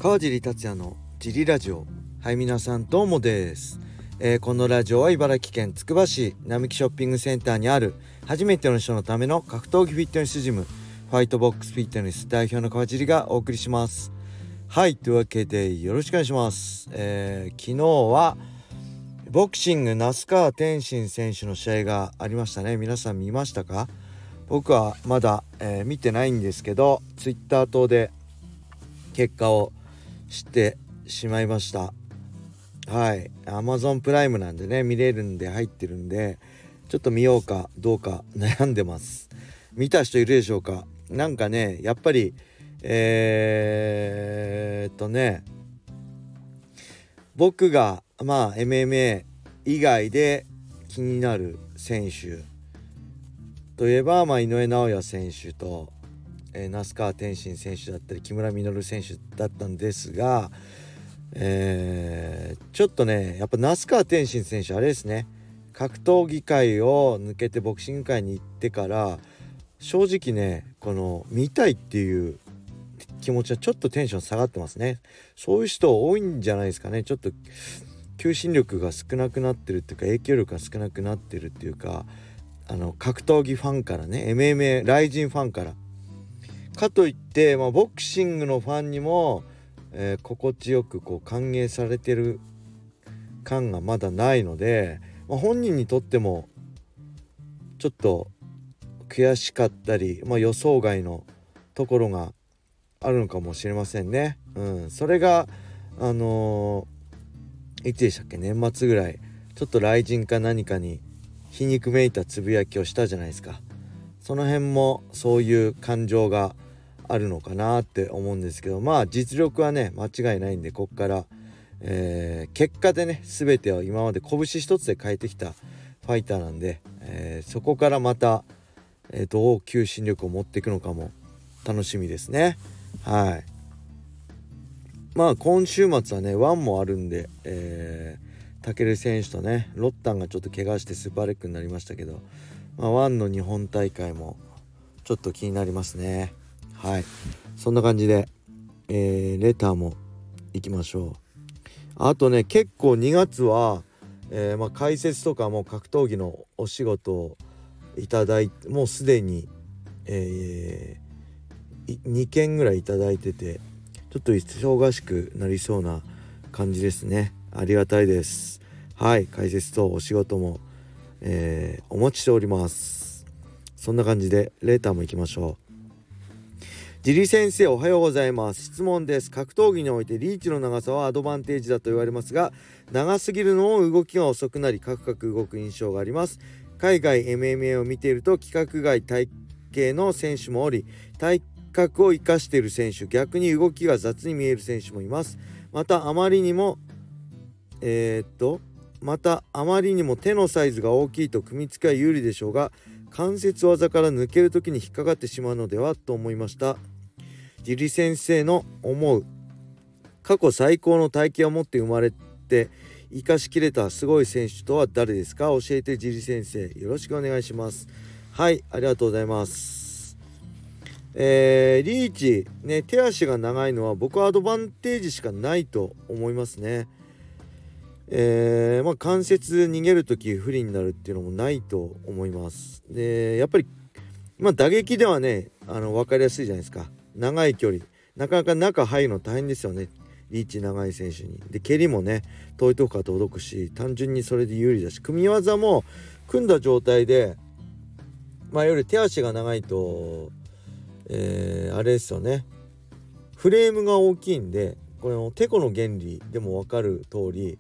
川尻達也のジリラジオ。はい、皆さんどうもです。このラジオは茨城県つくば市並木ショッピングセンターにある初めての人のための格闘技フィットネスジム、ファイトボックスフィットネス代表の川尻がお送りします。はい、というわけでよろしくお願いします。昨日はボクシング那須川天心選手の試合がありましたね。皆さん見ましたか？僕はまだ、見てないんですけど、ツイッター等で結果を知ってしまいました。はい、Amazon プライムなんでね、見れるんで入ってるんで、ちょっと見ようかどうか悩んでます。見た人いるでしょうか？なんかね、やっぱり僕がMMA 以外で気になる選手といえば、井上尚弥選手と、那須川天心選手だったり木村稔選手だったんですが、ちょっとね、やっぱ那須川天心選手あれですね、格闘技界を抜けてボクシング界に行ってから正直ね、この見たいっていう気持ちはちょっとテンション下がってますね。そういう人多いんじゃないですかね。ちょっと求心力が少なくなってるっていうか、影響力が少なくなってるっていうか、格闘技ファンからね、 MMA ライジンファンからかといって、ボクシングのファンにも、心地よく歓迎されてる感がまだないので、本人にとってもちょっと悔しかったり、予想外のところがあるのかもしれませんね。それがいつでしたっけ、年末ぐらいちょっと雷神か何かに皮肉めいたつぶやきをしたじゃないですか。その辺もそういう感情があるのかなって思うんですけど、実力はね間違いないんで、こっから、結果でね全てを今まで拳一つで変えてきたファイターなんで、そこからまた、どう求心力を持っていくのかも楽しみですね。はい。今週末はねワンもあるんで、タケル選手とねロッタンがちょっと怪我してスーパーレッグになりましたけど、ワンの日本大会もちょっと気になりますね。はい、そんな感じで、レターも行きましょう。あとね、結構2月は、解説とかも格闘技のお仕事をいただいて、もうすでに、2件ぐらいいただいてて、ちょっと忙しくなりそうな感じですね。ありがたいです。はい、解説とお仕事も、お待ちしております。そんな感じでレーターも行きましょう。ジリ先生、おはようございます。質問です。格闘技においてリーチの長さはアドバンテージだと言われますが、長すぎるのも動きが遅くなりカクカク動く印象があります。海外 MMA を見ていると規格外体型の選手もおり、体格を生かしている選手、逆に動きが雑に見える選手もいます。またあまりにも手のサイズが大きいと組み付けは有利でしょうが、関節技から抜けるときに引っかかってしまうのではと思いました。ジリ先生の思う過去最高の体型を持って生まれて生かしきれたすごい選手とは誰ですか？教えてジリ先生、よろしくお願いします。はい、ありがとうございます。リーチね、手足が長いのは僕はアドバンテージしかないと思いますね。関節逃げるとき不利になるっていうのもないと思います。でやっぱり打撃ではね分かりやすいじゃないですか。長い距離なかなか中入るの大変ですよね、リーチ長い選手に。で蹴りもね遠いとこから届くし、単純にそれで有利だし、組み技も組んだ状態でより手足が長いと、あれですよね、フレームが大きいんで、これのテコの原理でも分かる通り、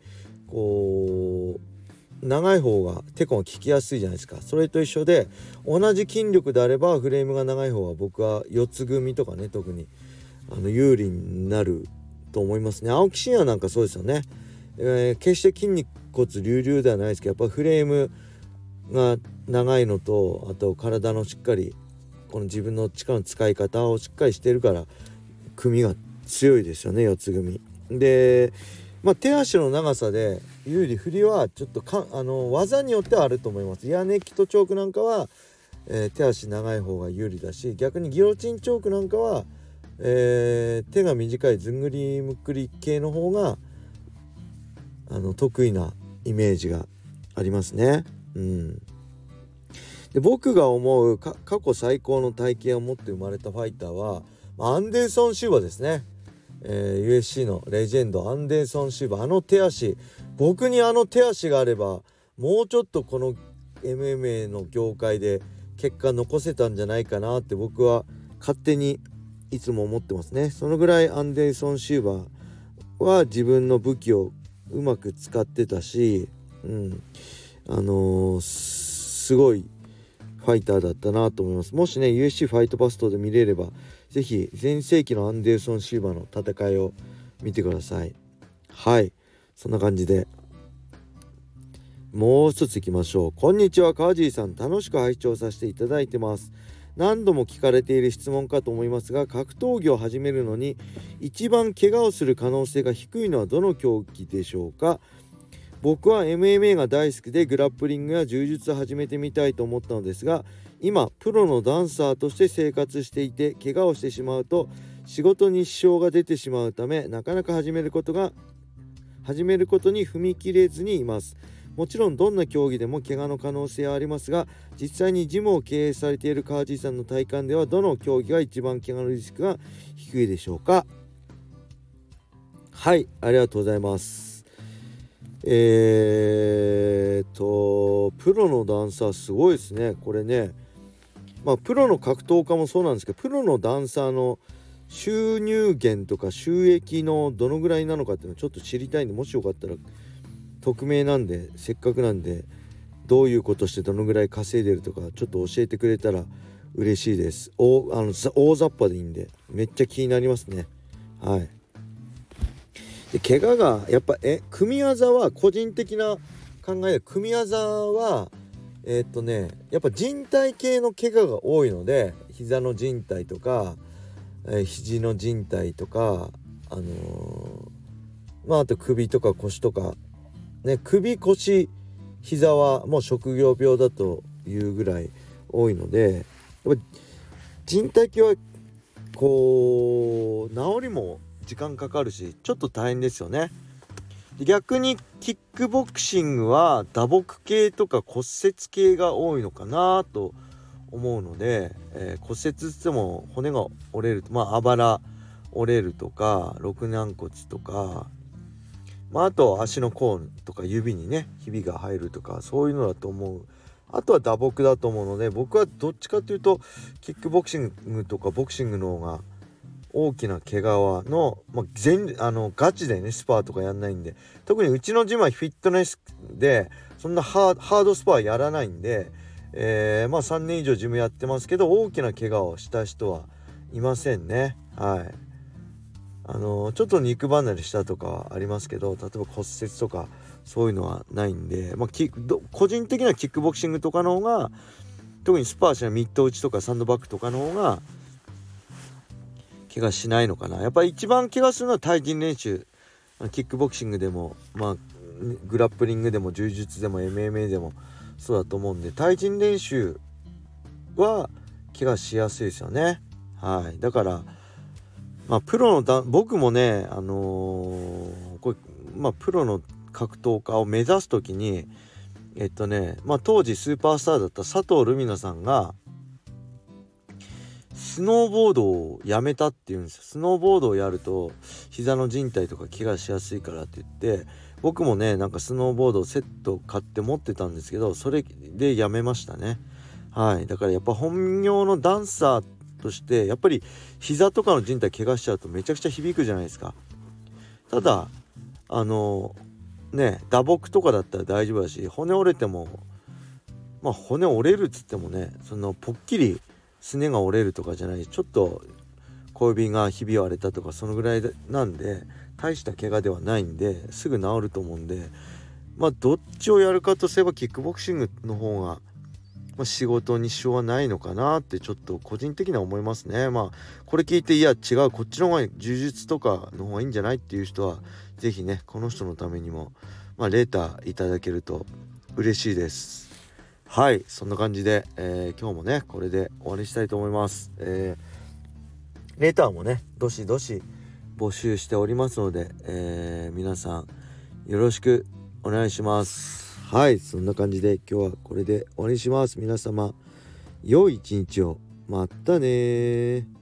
長い方がテコが効きやすいじゃないですか。それと一緒で、同じ筋力であればフレームが長い方が僕は四つ組とかね特に有利になると思いますね。青木真也なんかそうですよね。決して筋肉骨隆々ではないですけど、やっぱフレームが長いのと、あと体のしっかりこの自分の力の使い方をしっかりしてるから組が強いですよね、四つ組で。手足の長さで有利不利はちょっと技によってはあると思います。ヤネキとチョークなんかは、手足長い方が有利だし、逆にギロチンチョークなんかは、 手が短いずんぐりむっくり系の方が得意なイメージがありますね。で僕が思う過去最高の体型を持って生まれたファイターはアンデルソン・シルバですね。USC のレジェンドアンデルソン・シルバ、手足、僕に手足があればもうちょっとこの MMA の業界で結果残せたんじゃないかなって僕は勝手にいつも思ってますね。そのぐらいアンデルソン・シルバは自分の武器をうまく使ってたし、すごいファイターだったなと思います。もしね USC ファイトパストで見れればぜひ全盛期のアンデルソン・シルバーの戦いを見てください。はい、そんな感じでもう一ついきましょう。こんにちは、川尻さん、楽しく拝聴させていただいてます。何度も聞かれている質問かと思いますが、格闘技を始めるのに一番怪我をする可能性が低いのはどの競技でしょうか？僕は MMA が大好きでグラップリングや柔術を始めてみたいと思ったのですが、今プロのダンサーとして生活していて怪我をしてしまうと仕事に支障が出てしまうため、なかなか始めることに踏み切れずにいます。もちろんどんな競技でも怪我の可能性はありますが、実際にジムを経営されている川地さんの体感ではどの競技が一番怪我のリスクが低いでしょうか？はい、ありがとうございます。プロのダンサーすごいですね。これね、プロの格闘家もそうなんですけど、プロのダンサーの収入源とか収益のどのぐらいなのかっていうのをちょっと知りたいんで、もしよかったら匿名なんで、せっかくなんでどういうことしてどのぐらい稼いでるとかちょっと教えてくれたら嬉しいです。大雑把でいいんでめっちゃ気になりますね。はい。で怪我がやっぱ組み技は個人的な考えで、組み技はやっぱ人体系の怪我が多いので、膝の靭帯とか、肘の靭帯とかあと首とか腰とかね、首腰膝はもう職業病だというぐらい多いので、やっぱ人体系はこう治りも時間かかるしちょっと大変ですよね。逆にキックボクシングは打撲系とか骨折系が多いのかなと思うので、骨折しても骨が折れると、あばら折れるとか肋軟骨とか、あと足の甲とか指にねひびが入るとか、そういうのだと思う。あとは打撲だと思うので、僕はどっちかというとキックボクシングとかボクシングの方が大きな怪我の、ガチでねスパーとかやんないんで、特にうちのジムはフィットネスでそんなハードスパーやらないんで、3年以上ジムやってますけど大きな怪我をした人はいませんね。はい。ちょっと肉離れしたとかはありますけど、例えば骨折とかそういうのはないんで、個人的にはキックボクシングとかの方が、特にスパーしないミット打ちとかサンドバッグとかの方が怪我しないのかな。やっぱり一番怪我するのは対人練習。キックボクシングでも、グラップリングでも柔術でも MMA でもそうだと思うんで、対人練習は怪我しやすいですよね。はい。だからプロの僕もねプロの格闘家を目指すときに当時スーパースターだった佐藤ルミナさんがスノーボードをやめたっていうんですよ。スノーボードをやると膝の靭帯とか怪我しやすいからって言って、僕もねスノーボードセット買って持ってたんですけど、それでやめましたね。はい。だからやっぱ本業のダンサーとしてやっぱり膝とかの靭帯怪我しちゃうとめちゃくちゃ響くじゃないですか。ただ打撲とかだったら大丈夫だし、骨折れても骨折れるっつってもね、そのポッキリすねが折れるとかじゃない、ちょっと小指がひび割れたとかそのぐらいなんで大した怪我ではないんですぐ治ると思うんで、どっちをやるかとすればキックボクシングの方が仕事に支障はないのかなってちょっと個人的には思いますね。これ聞いていや違う、こっちの方が柔術とかの方がいいんじゃないっていう人はぜひねこの人のためにもレターいただけると嬉しいです。はい、そんな感じで、今日もねこれで終わりにしたいと思います。 レターもねどしどし募集しておりますので、皆さんよろしくお願いします。はい、そんな感じで今日はこれで終わりにします。皆様良い一日を。またね。